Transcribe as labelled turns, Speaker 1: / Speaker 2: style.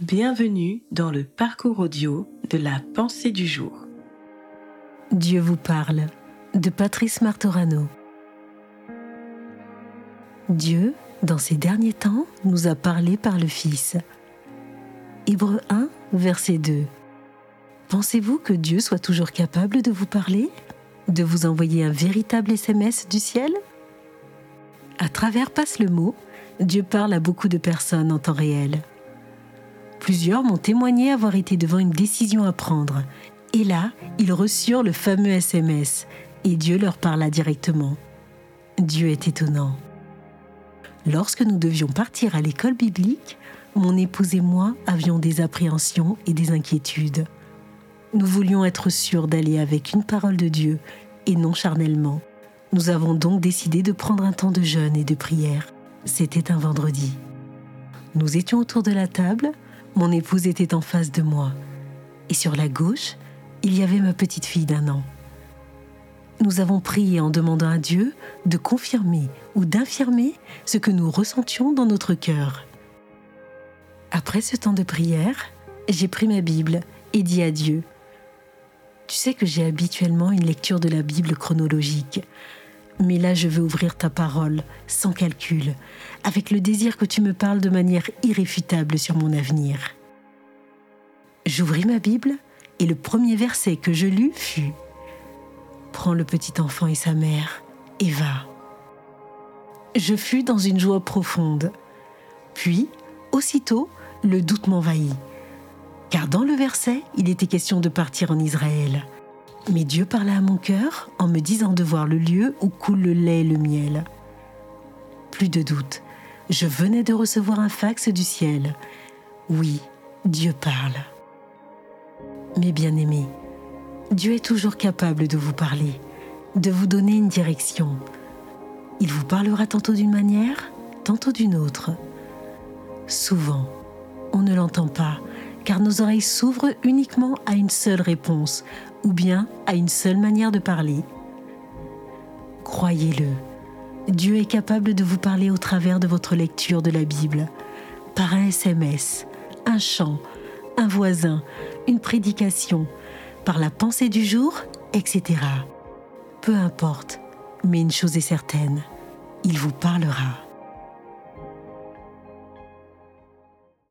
Speaker 1: Bienvenue dans le parcours audio de la pensée du jour.
Speaker 2: Dieu vous parle, de Patrice Martorano. Dieu, dans ces derniers temps, nous a parlé par le Fils. Hébreux 1, verset 2. Pensez-vous que Dieu soit toujours capable de vous parler? De vous envoyer un véritable SMS du ciel? À travers Passe le mot, Dieu parle à beaucoup de personnes en temps réel. Plusieurs m'ont témoigné avoir été devant une décision à prendre. Et là, ils reçurent le fameux SMS et Dieu leur parla directement. Dieu est étonnant. Lorsque nous devions partir à l'école biblique, mon épouse et moi avions des appréhensions et des inquiétudes. Nous voulions être sûrs d'aller avec une parole de Dieu et non charnellement. Nous avons donc décidé de prendre un temps de jeûne et de prière. C'était un vendredi. Nous étions autour de la table. Mon épouse était en face de moi. Et sur la gauche, il y avait ma petite fille d'1 an. Nous avons prié en demandant à Dieu de confirmer ou d'infirmer ce que nous ressentions dans notre cœur. Après ce temps de prière, j'ai pris ma Bible et dit à Dieu: « Tu sais que j'ai habituellement une lecture de la Bible chronologique. Mais là, je veux ouvrir ta parole, sans calcul, avec le désir que tu me parles de manière irréfutable sur mon avenir. » J'ouvris ma Bible et le premier verset que je lus fut « Prends le petit enfant et sa mère et va. » Je fus dans une joie profonde. Puis, aussitôt, le doute m'envahit. Car dans le verset, il était question de partir en Israël. Mais Dieu parla à mon cœur en me disant de voir le lieu où coule le lait et le miel. Plus de doute, je venais de recevoir un fax du ciel. Oui, Dieu parle. Mes bien-aimés, Dieu est toujours capable de vous parler, de vous donner une direction. Il vous parlera tantôt d'une manière, tantôt d'une autre. Souvent, on ne l'entend pas, car nos oreilles s'ouvrent uniquement à une seule réponse, ou bien à une seule manière de parler. Croyez-le, Dieu est capable de vous parler au travers de votre lecture de la Bible, par un SMS, un chant, un voisin, une prédication, par la pensée du jour, etc. Peu importe, mais une chose est certaine, il vous parlera.